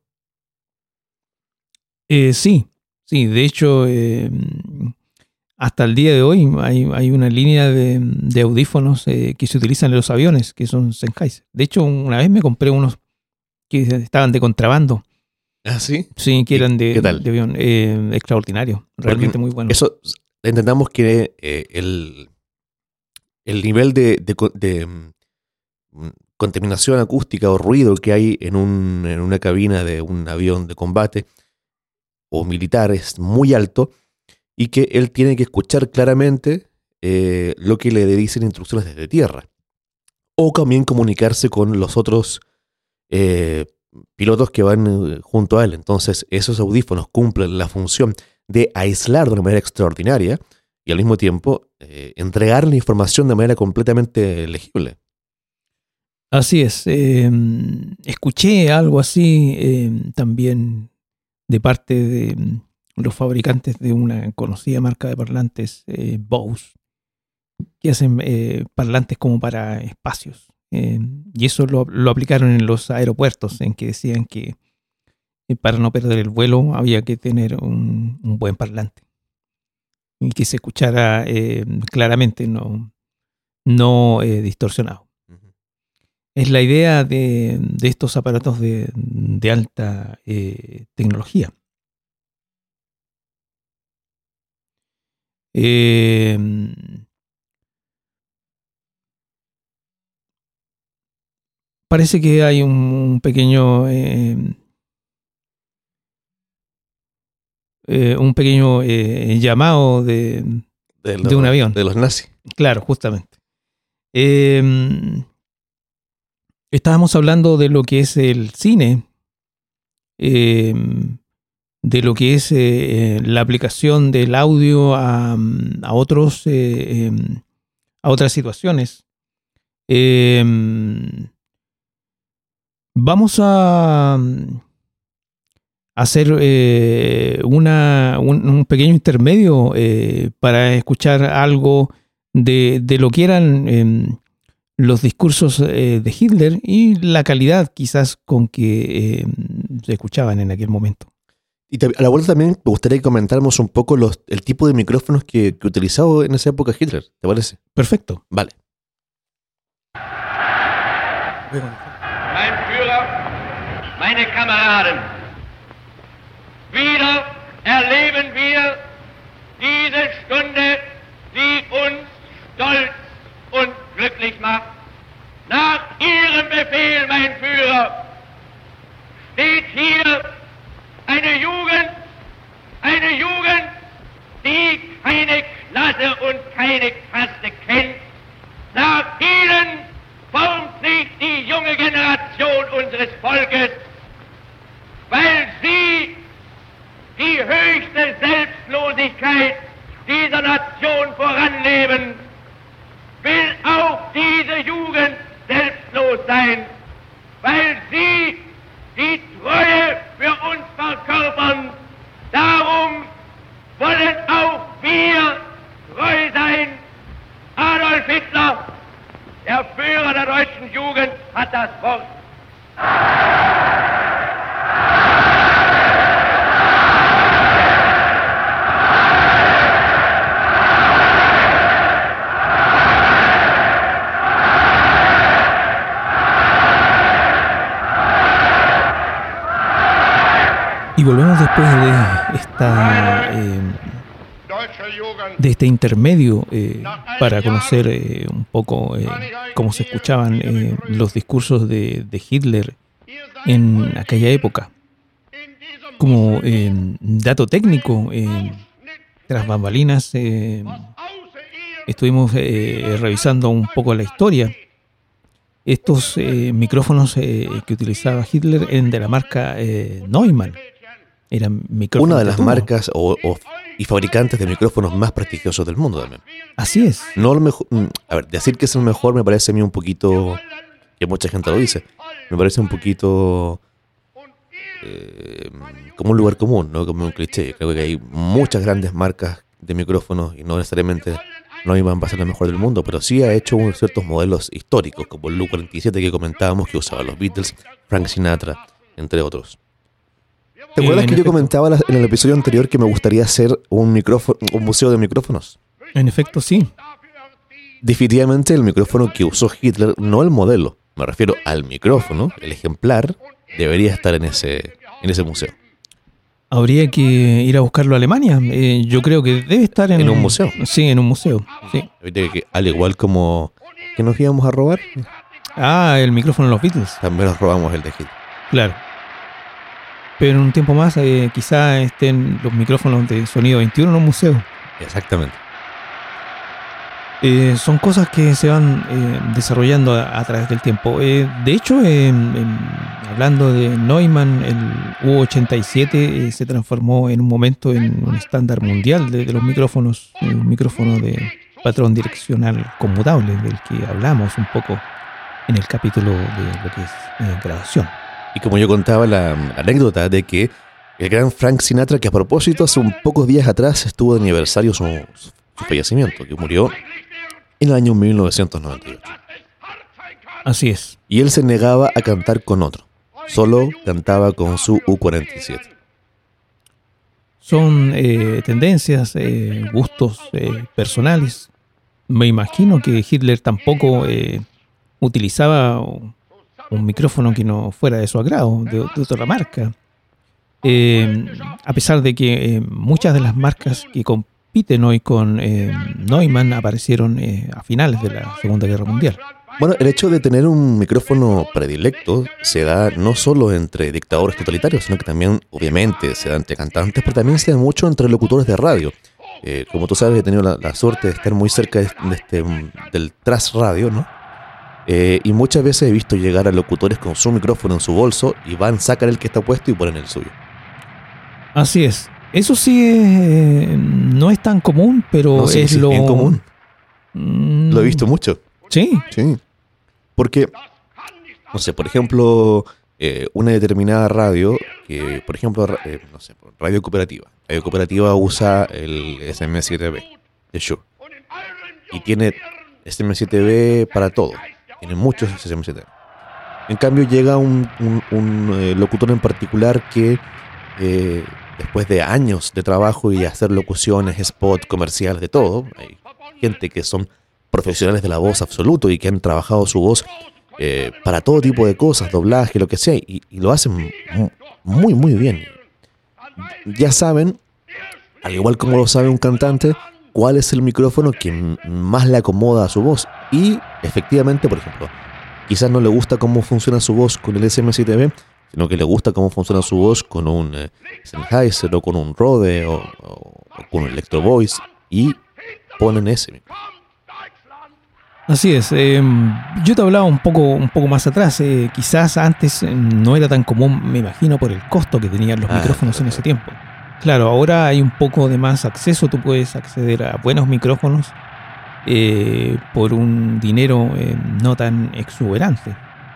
Sí. De hecho, hasta el día de hoy hay una línea de audífonos que se utilizan en los aviones, que son Sennheiser. De hecho, una vez me compré unos que estaban de contrabando. ¿Ah, sí? Sí, que eran de avión. Extraordinario. Realmente muy bueno. Eso, entendamos que el nivel de contaminación acústica o ruido que hay en una cabina de un avión de combate o militar es muy alto y que él tiene que escuchar claramente lo que le dicen instrucciones desde tierra. O también comunicarse con los otros pilotos que van junto a él. Entonces esos audífonos cumplen la función de aislar de una manera extraordinaria y al mismo tiempo entregar la información de manera completamente legible. Así es. Escuché algo así también de parte de los fabricantes de una conocida marca de parlantes, Bose, que hacen parlantes como para espacios. Y eso lo aplicaron en los aeropuertos, en que decían que para no perder el vuelo había que tener un buen parlante y que se escuchara claramente, no distorsionado. Uh-huh. Es la idea de estos aparatos de alta tecnología. Parece que hay un pequeño llamado de un avión. De los nazis. Claro, justamente. Estábamos hablando de lo que es el cine, de lo que es la aplicación del audio a otras situaciones. Vamos a hacer un pequeño intermedio para escuchar algo de lo que eran los discursos de Hitler y la calidad quizás con que se escuchaban en aquel momento. Y a la vuelta también me gustaría que comentáramos un poco el tipo de micrófonos que utilizaba en esa época Hitler, ¿te parece? Perfecto. Vale. Mein Führer, meine Kameraden, wieder erleben wir diese Stunde, die uns stolz und glücklich macht. Nach Ihrem Befehl, mein Führer, steht hier eine Jugend, die keine Klasse und keine Kaste kennt. Nach ihnen formt sich die junge Generation unseres Volkes, weil sie die höchste Selbstlosigkeit dieser Nation voranleben, will auch diese Jugend selbstlos sein, weil sie die Treue für uns verkörpern. Darum wollen auch wir treu sein. Adolf Hitler, der Führer der deutschen Jugend, hat das Wort. Y volvemos después de este intermedio para conocer un poco cómo se escuchaban los discursos de Hitler en aquella época. Como dato técnico, tras bambalinas estuvimos revisando un poco la historia. Estos micrófonos que utilizaba Hitler eran de la marca Neumann. Eran micrófonos una de las marcas y fabricantes de micrófonos más prestigiosos del mundo también. Así es. No lo mejor, a ver, decir que es el mejor me parece a mí un poquito, que mucha gente lo dice, me parece un poquito como un lugar común, ¿no? Como un cliché. Creo que hay muchas grandes marcas de micrófonos y no necesariamente no iban a ser lo mejor del mundo, pero sí ha hecho ciertos modelos históricos, como el U-47 que comentábamos que usaban los Beatles, Frank Sinatra, entre otros. ¿Te acuerdas que yo comentaba en el episodio anterior que me gustaría hacer un museo de micrófonos? En efecto, sí. Definitivamente el micrófono que usó Hitler, no el modelo, me refiero al micrófono, el ejemplar, debería estar en ese museo. Habría que ir a buscarlo a Alemania. Yo creo que debe estar en un museo. Sí, en un museo. Sí. Al igual como que nos íbamos a robar. El micrófono de los Beatles. También nos robamos el de Hitler. Claro. Pero en un tiempo más quizá estén los micrófonos de sonido 21 en un museo. Exactamente. Son cosas que se van desarrollando a través del tiempo. De hecho, hablando de Neumann, el U-87 se transformó en un momento en un estándar mundial de los micrófonos, un micrófono de patrón direccional conmutable, del que hablamos un poco en el capítulo de lo que es grabación. Y como yo contaba la anécdota de que el gran Frank Sinatra, que a propósito hace un pocos días atrás estuvo de aniversario su fallecimiento, que murió en el año 1998. Así es. Y él se negaba a cantar con otro. Solo cantaba con su U-47. Son tendencias, gustos personales. Me imagino que Hitler tampoco utilizaba un micrófono que no fuera de su agrado, de otra marca. A pesar de que muchas de las marcas que compiten hoy con Neumann aparecieron a finales de la Segunda Guerra Mundial. Bueno, el hecho de tener un micrófono predilecto se da no solo entre dictadores totalitarios, sino que también, obviamente, se da entre cantantes, pero también se da mucho entre locutores de radio. Como tú sabes, he tenido la suerte de estar muy cerca del Tras Radio, ¿no? Y muchas veces he visto llegar a locutores con su micrófono en su bolso y sacan el que está puesto y ponen el suyo. Así es. Eso sí no es tan común, pero no, sí, es sí, lo... bien común. Lo he visto mucho. Sí. Sí. Porque, no sé, por ejemplo, una determinada radio, que por ejemplo, Radio Cooperativa. Radio Cooperativa usa el SM7B de Shure. Y tiene SM7B para todo. Tiene muchos SM7B. En cambio, llega un locutor en particular que después de años de trabajo y hacer locuciones, spot, comerciales, de todo, hay gente que son profesionales de la voz absoluto y que han trabajado su voz para todo tipo de cosas, doblaje, lo que sea, y lo hacen muy, muy bien. Ya saben, al igual como lo sabe un cantante, cuál es el micrófono que más le acomoda a su voz. Y efectivamente, por ejemplo, quizás no le gusta cómo funciona su voz con el SM7B, sino que le gusta cómo funciona su voz con un Sennheiser o con un Rode o con un Electro Voice, y ponen ese. Así es. Yo te hablaba un poco más atrás. Quizás antes no era tan común, me imagino, por el costo que tenían los micrófonos en ese tiempo. Claro, ahora hay un poco de más acceso. Tú puedes acceder a buenos micrófonos por un dinero no tan exuberante.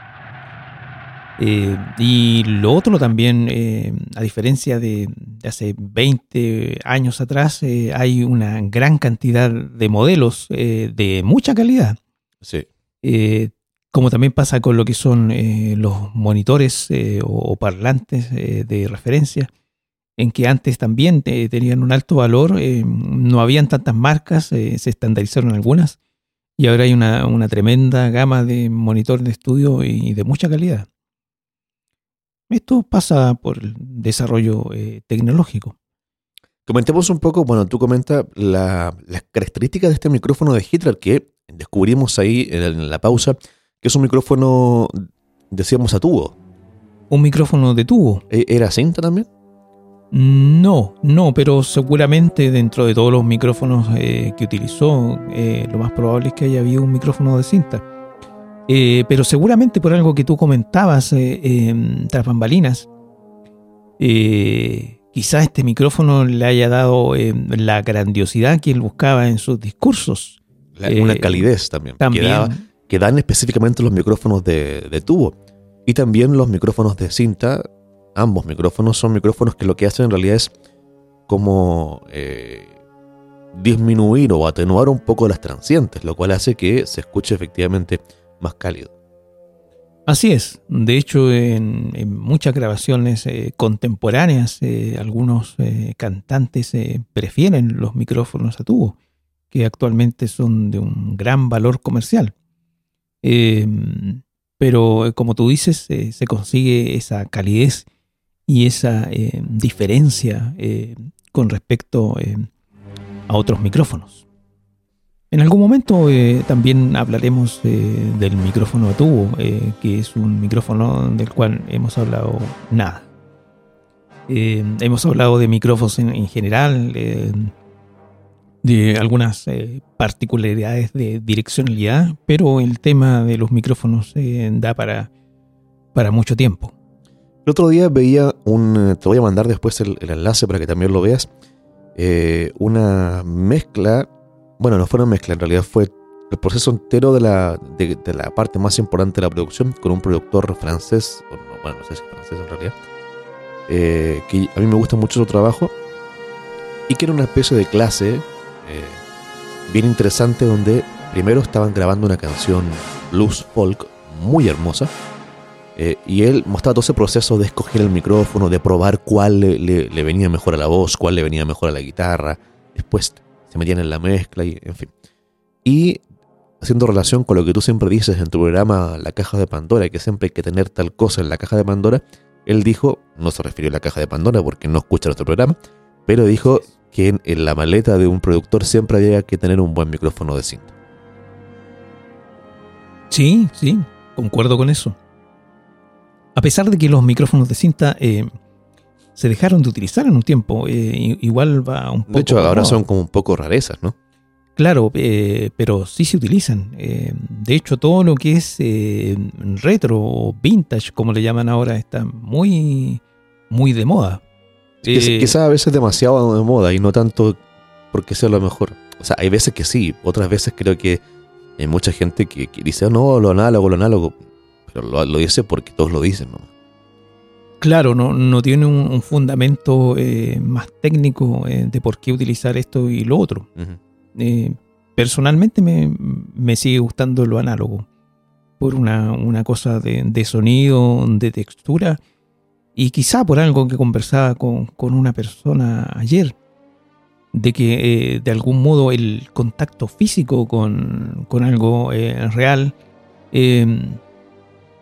Y lo otro también, a diferencia de hace 20 años atrás, hay una gran cantidad de modelos de mucha calidad. Sí. Como también pasa con lo que son los monitores o parlantes de referencia, en que antes también tenían un alto valor, no habían tantas marcas, se estandarizaron algunas, y ahora hay una tremenda gama de monitores de estudio y de mucha calidad. Esto pasa por el desarrollo tecnológico. Comentemos un poco, bueno, tú comentas las características de este micrófono de Hitler que descubrimos ahí en la pausa, que es un micrófono, decíamos, a tubo. ¿Un micrófono de tubo? ¿Era cinta también? No, pero seguramente dentro de todos los micrófonos que utilizó, lo más probable es que haya habido un micrófono de cinta. Pero seguramente por algo que tú comentabas tras bambalinas, quizás este micrófono le haya dado la grandiosidad que él buscaba en sus discursos. Una calidez también. Que dan específicamente los micrófonos de tubo. Y también los micrófonos de cinta. Ambos micrófonos son micrófonos que lo que hacen en realidad es como disminuir o atenuar un poco las transientes, lo cual hace que se escuche efectivamente más cálido. Así es. De hecho, en muchas grabaciones contemporáneas, algunos cantantes prefieren los micrófonos a tubo, que actualmente son de un gran valor comercial. Pero como tú dices, se consigue esa calidez y esa diferencia con respecto a otros micrófonos. En algún momento también hablaremos del micrófono a tubo, que es un micrófono del cual hemos hablado nada. Hemos hablado de micrófonos en general, de algunas particularidades de direccionalidad, pero el tema de los micrófonos da para mucho tiempo. El otro día veía te voy a mandar después el enlace para que también lo veas, una mezcla. Bueno, no fue una mezcla, en realidad fue el proceso entero de la parte más importante de la producción, con un productor francés, no sé si es francés en realidad, que a mí me gusta mucho su trabajo, y que era una especie de clase bien interesante, donde primero estaban grabando una canción blues folk muy hermosa, y él mostraba todo ese proceso de escoger el micrófono, de probar cuál le venía mejor a la voz, cuál le venía mejor a la guitarra. Después se metían en la mezcla y en fin. Y haciendo relación con lo que tú siempre dices en tu programa La Caja de Pandora, que siempre hay que tener tal cosa en la Caja de Pandora, él dijo, no se refirió a la Caja de Pandora porque no escucha nuestro programa, pero dijo que en la maleta de un productor siempre había que tener un buen micrófono de cinta. Sí, concuerdo con eso. A pesar de que los micrófonos de cinta se dejaron de utilizar en un tiempo, igual va un poco... De hecho, ahora son como un poco rarezas, ¿no? Claro, pero sí se utilizan. De hecho, todo lo que es retro o vintage, como le llaman ahora, está muy, muy de moda. Quizás a veces demasiado de moda y no tanto porque sea lo mejor. O sea, hay veces que sí, otras veces creo que hay mucha gente que dice, no, lo análogo. Pero lo dice porque todos lo dicen, ¿no? Claro, no tiene un fundamento más técnico de por qué utilizar esto y lo otro. Uh-huh. Personalmente me sigue gustando lo análogo por una cosa de sonido, de textura, y quizá por algo que conversaba con una persona ayer, de que de algún modo el contacto físico con algo real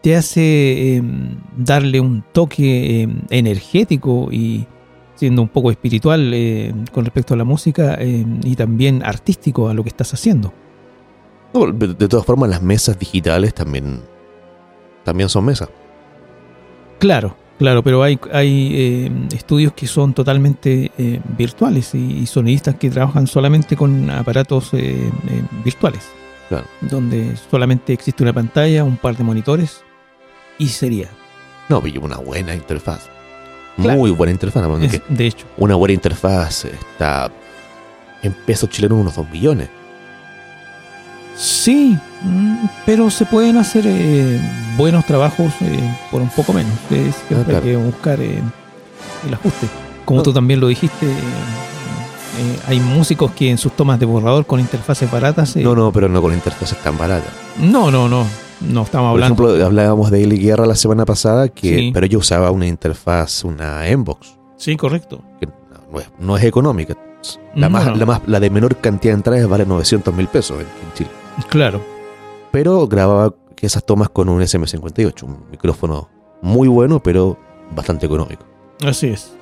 te hace darle un toque energético y siendo un poco espiritual con respecto a la música y también artístico a lo que estás haciendo. No, de todas formas, las mesas digitales también son mesas. Claro, pero hay estudios que son totalmente virtuales y sonidistas que trabajan solamente con aparatos virtuales. Claro. Donde solamente existe una pantalla, un par de monitores y sería. No, pero una buena interfaz. Claro. Muy buena interfaz. De hecho. Una buena interfaz está en pesos chilenos unos 2 millones. Sí, pero se pueden hacer buenos trabajos por un poco menos. Siempre claro. hay que buscar el ajuste. Como tú también lo dijiste, hay músicos que en sus tomas de borrador con interfaces baratas... No, pero no con interfaces tan baratas. No estamos hablando... Por ejemplo, hablábamos de Eli Guerra la semana pasada, Sí. pero ella usaba una interfaz, una Mbox, Sí, correcto. que no es económica. La de menor cantidad de entradas vale 900.000 pesos en Chile. Claro. Pero grababa esas tomas con un SM58, un micrófono muy bueno, pero bastante económico. Así es.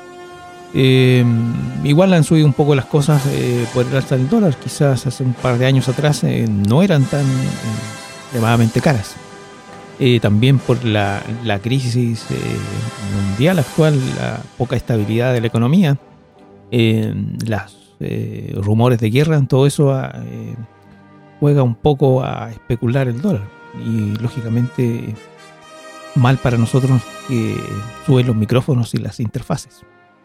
Igual han subido un poco las cosas por el alza del dólar. Quizás hace un par de años atrás no eran tan extremadamente caras. También por la crisis mundial actual, la poca estabilidad de la economía, los rumores de guerra, todo eso juega un poco a especular el dólar. Y lógicamente mal para nosotros que suben los micrófonos y las interfaces.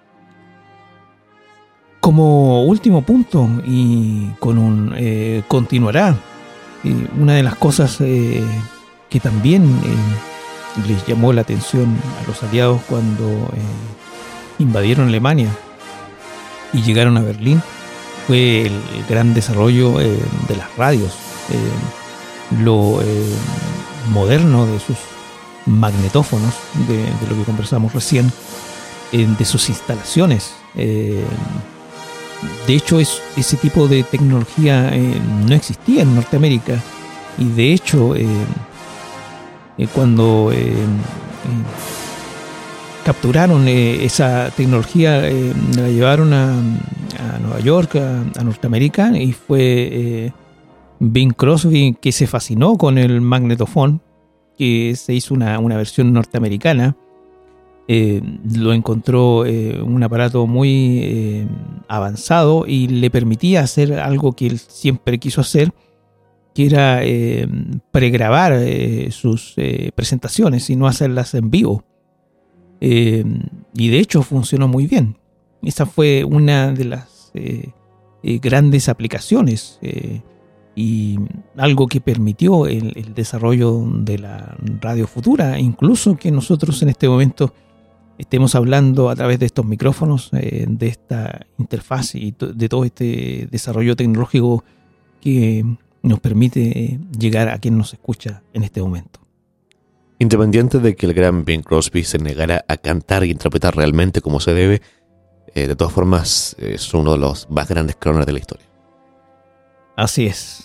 Como último punto, y con continuará, una de las cosas que también les llamó la atención a los aliados cuando invadieron Alemania y llegaron a Berlín fue el gran desarrollo de las radios, lo moderno de sus magnetófonos, de lo que conversamos recién, de sus instalaciones. De hecho, ese tipo de tecnología no existía en Norteamérica, y de hecho cuando capturaron esa tecnología, la llevaron a Nueva York, a Norteamérica, y fue Bing Crosby que se fascinó con el magnetofón, que se hizo una versión norteamericana. Lo encontró un aparato muy avanzado y le permitía hacer algo que él siempre quiso hacer, que era pregrabar sus presentaciones y no hacerlas en vivo. Y de hecho funcionó muy bien. Esa fue una de las grandes aplicaciones y algo que permitió el desarrollo de la radio futura, incluso que nosotros en este momento estemos hablando a través de estos micrófonos, de esta interfaz y de todo este desarrollo tecnológico que nos permite llegar a quien nos escucha en este momento. Independiente de que el gran Bing Crosby se negara a cantar y interpretar realmente como se debe, de todas formas es uno de los más grandes crooners de la historia. Así es.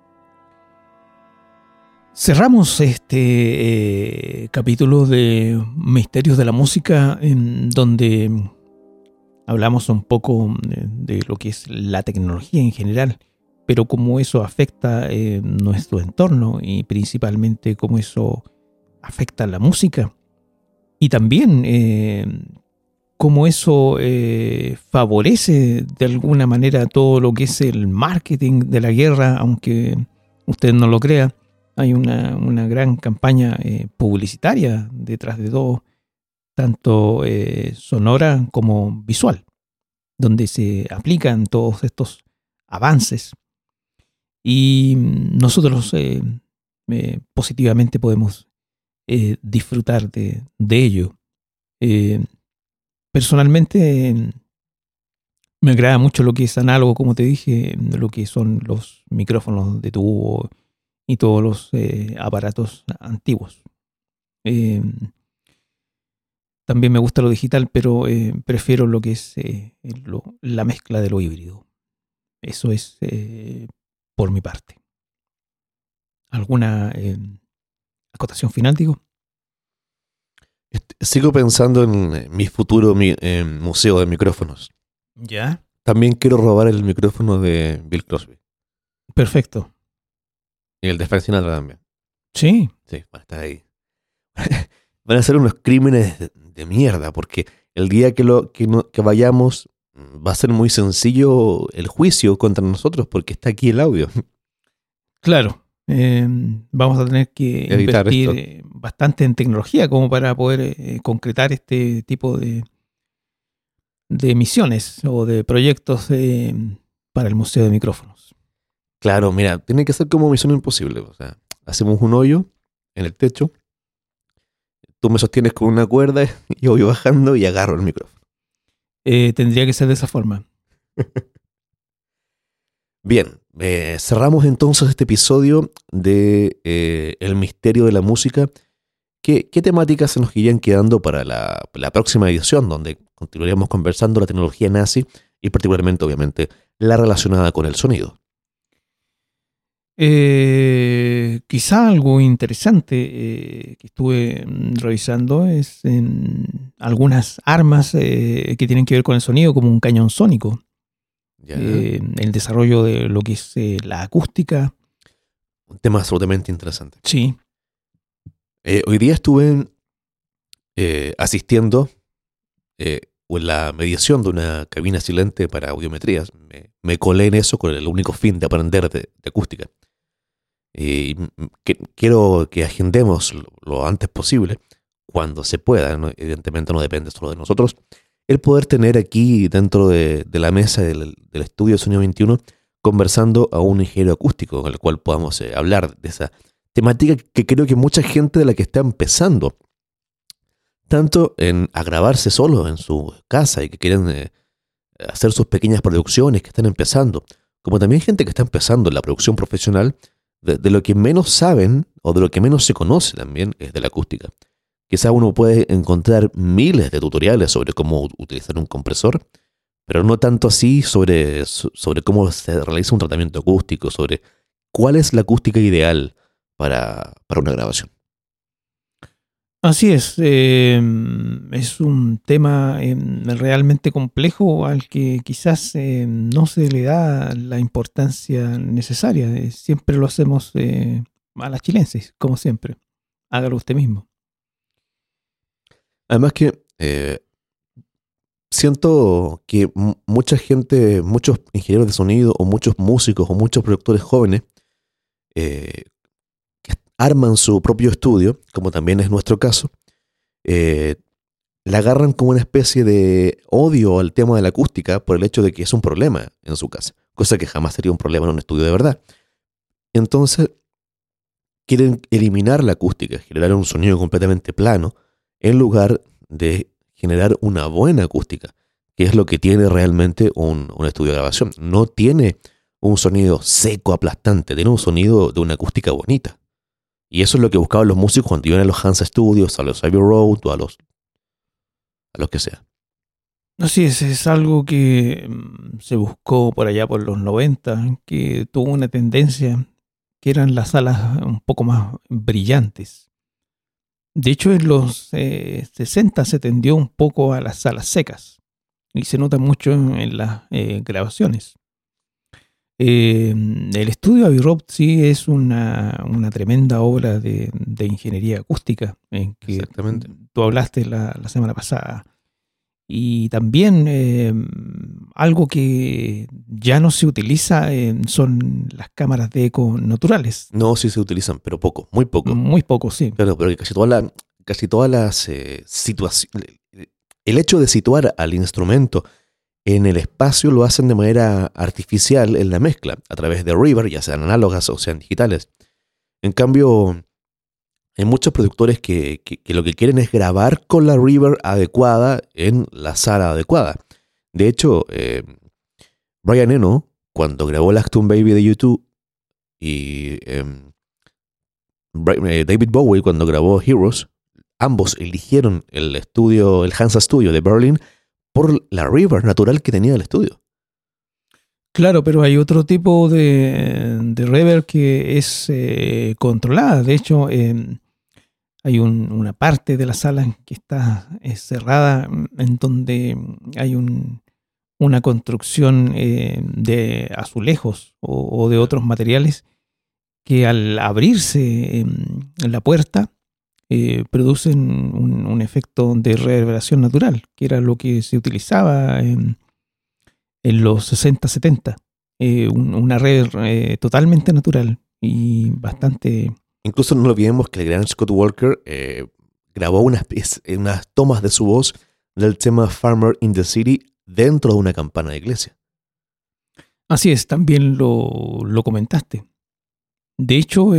Cerramos este capítulo de Misterios de la Música, en donde hablamos un poco de lo que es la tecnología en general, pero cómo eso afecta nuestro entorno y principalmente cómo eso afecta a la música, y también cómo eso favorece de alguna manera todo lo que es el marketing de la guerra, aunque usted no lo crea. Hay una gran campaña publicitaria detrás de todo, tanto sonora como visual, donde se aplican todos estos avances. Y nosotros positivamente podemos disfrutar de ello. Personalmente me agrada mucho lo que es análogo, como te dije, lo que son los micrófonos de tubo y todos los aparatos antiguos. También me gusta lo digital, pero prefiero lo que es la mezcla de lo híbrido. Eso es por mi parte. ¿Alguna acotación final, digo. Sigo pensando en mi futuro museo de micrófonos. Ya. También quiero robar el micrófono de Bill Crosby. Perfecto. Y el de Frank Sinatra también. Sí. Sí, van a estar ahí. Van a ser unos crímenes de mierda, porque el día que vayamos va a ser muy sencillo el juicio contra nosotros, porque está aquí el audio. Claro. Vamos a tener que Editar invertir bastante en tecnología como para poder concretar este tipo de misiones o de proyectos para el Museo de Micrófonos. Claro, mira, tiene que ser como Misión Imposible. O sea, hacemos un hoyo en el techo, tú me sostienes con una cuerda y yo voy bajando y agarro el micrófono. Tendría que ser de esa forma. Bien, cerramos entonces este episodio de El misterio de la música. ¿Qué temáticas se nos irían quedando para la próxima edición, donde continuaríamos conversando la tecnología nazi y particularmente, obviamente, la relacionada con el sonido? Quizá algo interesante que estuve revisando es algunas armas que tienen que ver con el sonido, como un cañón sónico. El desarrollo de lo que es la acústica. Un tema absolutamente interesante. Sí. Hoy día estuve asistiendo en la mediación de una cabina silente para audiometrías. Me colé en eso con el único fin de aprender de acústica. Y quiero que agendemos lo antes posible, cuando se pueda, ¿no? Evidentemente no depende solo de nosotros, el poder tener aquí dentro de la mesa del estudio de Sonido 21 conversando a un ingeniero acústico con el cual podamos hablar de esa temática que creo que mucha gente de la que está empezando tanto a grabarse solo en su casa y que quieren hacer sus pequeñas producciones, que están empezando, como también gente que está empezando en la producción profesional, de lo que menos saben o de lo que menos se conoce también es de la acústica. Quizá uno puede encontrar miles de tutoriales sobre cómo utilizar un compresor, pero no tanto así sobre cómo se realiza un tratamiento acústico, sobre cuál es la acústica ideal para una grabación. Así es un tema realmente complejo al que quizás no se le da la importancia necesaria. Siempre lo hacemos a las chilenses, como siempre. Hágalo usted mismo. Además que siento que mucha gente, muchos ingenieros de sonido o muchos músicos o muchos productores jóvenes que arman su propio estudio, como también es nuestro caso, la agarran como una especie de odio al tema de la acústica por el hecho de que es un problema en su casa, cosa que jamás sería un problema en un estudio de verdad. Entonces quieren eliminar la acústica, generar un sonido completamente plano, en lugar de generar una buena acústica, que es lo que tiene realmente un estudio de grabación. No tiene un sonido seco, aplastante, tiene un sonido de una acústica bonita. Y eso es lo que buscaban los músicos cuando iban a los Hansa Studios, a los Abbey Road o a los que sea. Así es algo que se buscó por allá por los 90, que tuvo una tendencia, que eran las salas un poco más brillantes. De hecho, en los 60 se tendió un poco a las salas secas, y se nota mucho en las grabaciones. El estudio Abbey Road sí es una tremenda obra de ingeniería acústica, en que tú hablaste la semana pasada. Y también algo que ya no se utiliza son las cámaras de eco naturales. No, sí se utilizan, pero poco, muy poco. Muy poco, sí. Claro, pero casi todas las situaciones, el hecho de situar al instrumento en el espacio lo hacen de manera artificial en la mezcla, a través de reverb, ya sean análogas o sean digitales. En cambio, hay muchos productores que lo que quieren es grabar con la reverb adecuada en la sala adecuada. De hecho, Brian Eno, cuando grabó el Achtung Baby de U2, y David Bowie, cuando grabó Heroes, ambos eligieron el Hansa Studio de Berlín por la reverb natural que tenía el estudio. Claro, pero hay otro tipo de reverb que es controlada. De hecho, hay una parte de la sala que está cerrada, en donde hay una construcción de azulejos o de otros materiales que al abrirse la puerta producen un efecto de reverberación natural, que era lo que se utilizaba en los 60-70. Una red totalmente natural y bastante... Incluso no olvidemos que el gran Scott Walker grabó unas tomas de su voz del tema Farmer in the City dentro de una campana de iglesia. Así es, también lo comentaste. De hecho,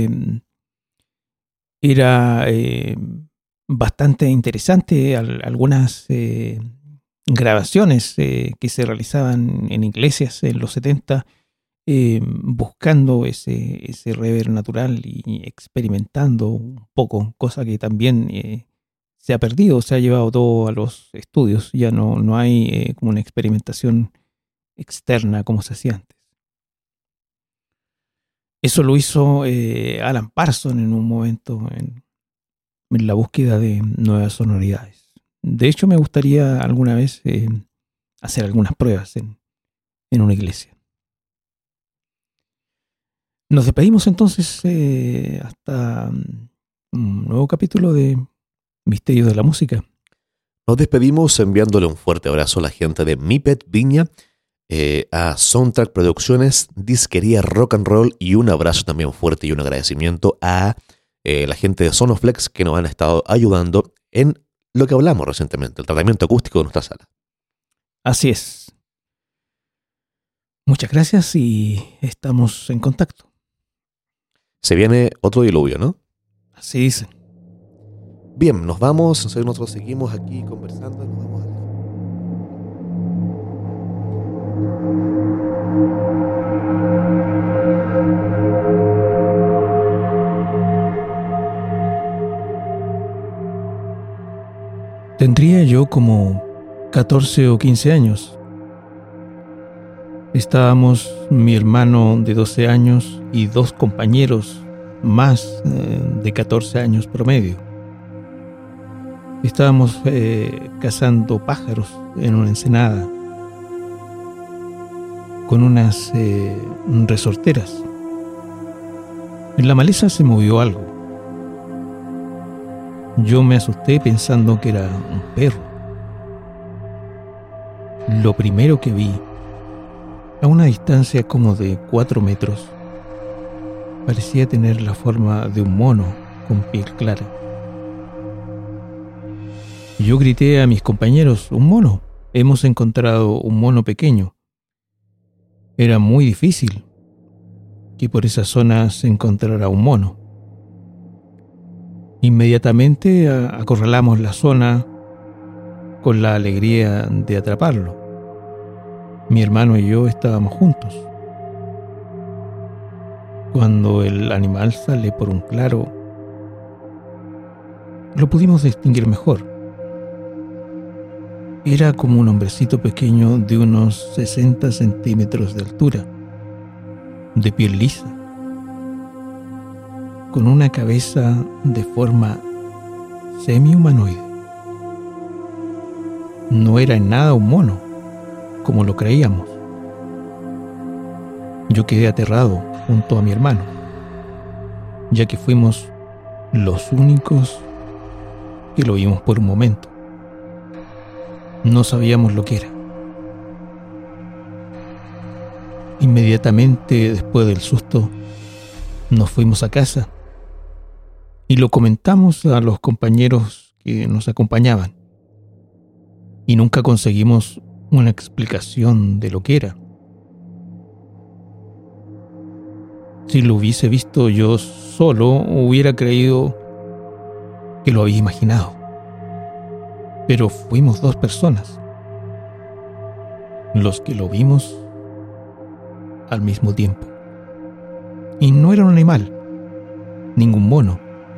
era bastante interesante algunas grabaciones que se realizaban en iglesias en los 70, buscando ese reverb natural y experimentando un poco, cosa que también se ha perdido, se ha llevado todo a los estudios. Ya no hay como una experimentación externa como se hacía antes. Eso lo hizo Alan Parsons en un momento en la búsqueda de nuevas sonoridades. De hecho, me gustaría alguna vez hacer algunas pruebas en una iglesia. Nos despedimos entonces hasta un nuevo capítulo de Misterios de la Música. Nos despedimos enviándole un fuerte abrazo a la gente de Mi Pet Viña, a Soundtrack Producciones, Disquería Rock and Roll, y un abrazo también fuerte y un agradecimiento a la gente de Sonoflex, que nos han estado ayudando en lo que hablamos recientemente, el tratamiento acústico de nuestra sala. Así es. Muchas gracias y estamos en contacto. Se viene otro diluvio, ¿no? Así dicen. Bien, nos vamos, nosotros seguimos aquí conversando y nos vamos a... Tendría yo como 14 o 15 años. Estábamos mi hermano de 12 años y dos compañeros más de 14 años promedio. Estábamos cazando pájaros en una ensenada con unas resorteras. En la maleza se movió algo. Yo me asusté pensando que era un perro. Lo primero que vi, a una distancia como de 4 metros, parecía tener la forma de un mono con piel clara. Yo grité a mis compañeros: ¡un mono! Hemos encontrado un mono pequeño. Era muy difícil que por esa zona se encontrara un mono. Inmediatamente acorralamos la zona con la alegría de atraparlo. Mi hermano y yo estábamos juntos. Cuando el animal sale por un claro, lo pudimos distinguir mejor. Era como un hombrecito pequeño de unos 60 centímetros de altura, de piel lisa, con una cabeza de forma semi-humanoide. No era en nada un mono, como lo creíamos. Yo quedé aterrado junto a mi hermano, ya que fuimos los únicos que lo vimos por un momento. No sabíamos lo que era. Inmediatamente después del susto, nos fuimos a casa y lo comentamos a los compañeros que nos acompañaban. Y nunca conseguimos una explicación de lo que era. Si lo hubiese visto yo solo, hubiera creído que lo había imaginado. Pero fuimos 2 personas los que lo vimos al mismo tiempo. Y no era un animal, ningún mono.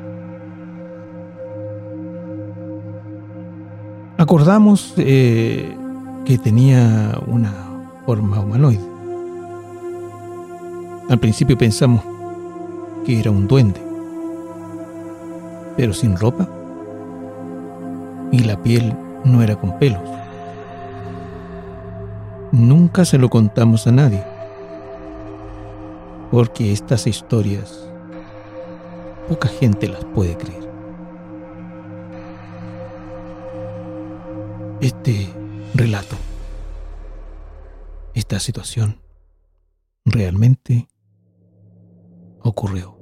Acordamos que tenía una forma humanoide. Al principio pensamos que era un duende. pero sin ropa, y la piel no era con pelos. Nunca se lo contamos a nadie, porque estas historias poca gente las puede creer. Este relato, esta situación, realmente ocurrió.